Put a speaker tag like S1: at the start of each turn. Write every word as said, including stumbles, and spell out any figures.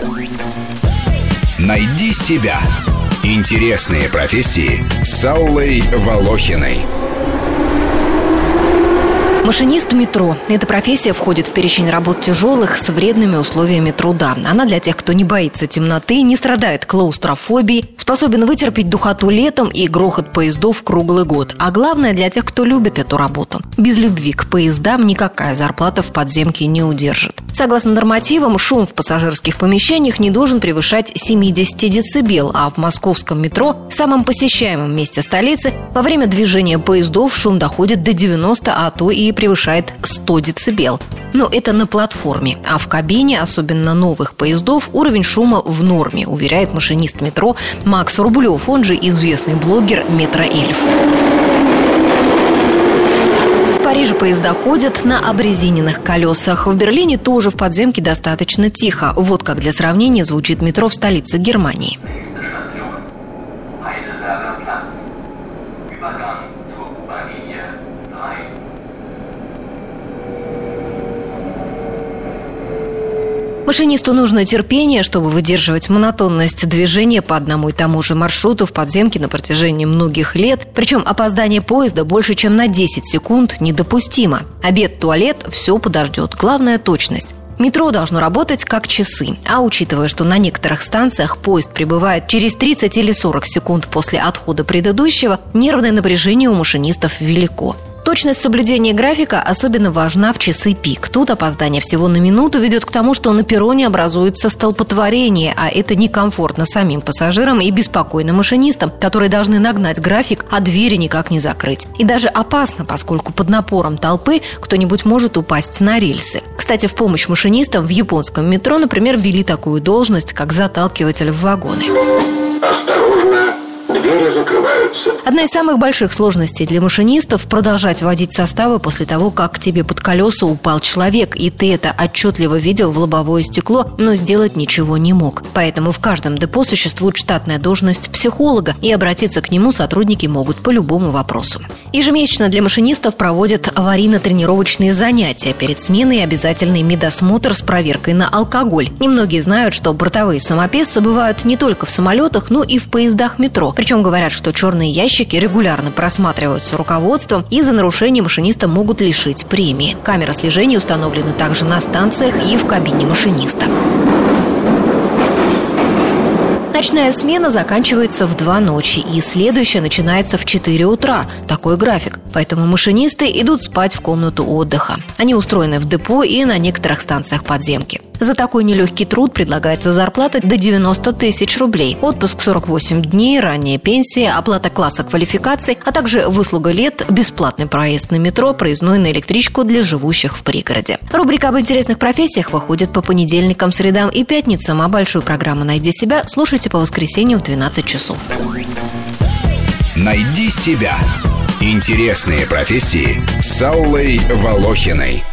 S1: Найди себя. Интересные профессии с Аллой Волохиной.
S2: Машинист метро. Эта профессия входит в перечень работ тяжелых с вредными условиями труда. Она для тех, кто не боится темноты, не страдает клаустрофобией, способен вытерпеть духоту летом и грохот поездов круглый год. А главное, для тех, кто любит эту работу. Без любви к поездам никакая зарплата в подземке не удержит. Согласно нормативам, шум в пассажирских помещениях не должен превышать семьдесят децибел, а в московском метро, самом посещаемом месте столицы, во время движения поездов шум доходит до девяноста, а то и превышает сто децибел. Но это на платформе, а в кабине, особенно новых поездов, уровень шума в норме, уверяет машинист метро Макс Рублев, он же известный блогер Метроэльф. В Париже поезда ходят на обрезиненных колесах. В Берлине тоже в подземке достаточно тихо. Вот как для сравнения звучит метро в столице Германии. Машинисту нужно терпение, чтобы выдерживать монотонность движения по одному и тому же маршруту в подземке на протяжении многих лет. Причем опоздание поезда больше, чем на десять секунд недопустимо. Обед, туалет – все подождет. Главное – точность. Метро должно работать как часы. А учитывая, что на некоторых станциях поезд прибывает через тридцать или сорок секунд после отхода предыдущего, нервное напряжение у машинистов велико. Точность соблюдения графика особенно важна в часы пик. Тут опоздание всего на минуту ведет к тому, что на перроне образуется столпотворение, а это некомфортно самим пассажирам и беспокойно машинистам, которые должны нагнать график, а двери никак не закрыть. И даже опасно, поскольку под напором толпы кто-нибудь может упасть на рельсы. Кстати, в помощь машинистам в японском метро, например, ввели такую должность, как заталкиватель в вагоны.
S3: Осторожно, двери закрываются.
S2: Одна из самых больших сложностей для машинистов – продолжать водить составы после того, как к тебе под колеса упал человек, и ты это отчетливо видел в лобовое стекло, но сделать ничего не мог. Поэтому в каждом депо существует штатная должность психолога, и обратиться к нему сотрудники могут по любому вопросу. Ежемесячно для машинистов проводят аварийно-тренировочные занятия. Перед сменой обязательный медосмотр с проверкой на алкоголь. Немногие знают, что бортовые самописцы бывают не только в самолетах, но и в поездах метро. Причем говорят, что черные ящики регулярно просматриваются руководством, и за нарушение машиниста могут лишить премии. Камеры слежения установлены также на станциях и в кабине машиниста. Ночная смена заканчивается в два ночи, и следующая начинается в четыре утра. Такой график. Поэтому машинисты идут спать в комнату отдыха. Они устроены в депо и на некоторых станциях подземки. За такой нелегкий труд предлагается зарплата до девяносто тысяч рублей. Отпуск сорок восемь дней, ранняя пенсия, оплата класса квалификаций, а также выслуга лет, бесплатный проезд на метро, проездной на электричку для живущих в пригороде. Рубрика об интересных профессиях выходит по понедельникам, средам и пятницам, а большую программу «Найди себя» слушайте по воскресеньям в двенадцать часов.
S1: Найди себя. Интересные профессии с Аллой Волохиной.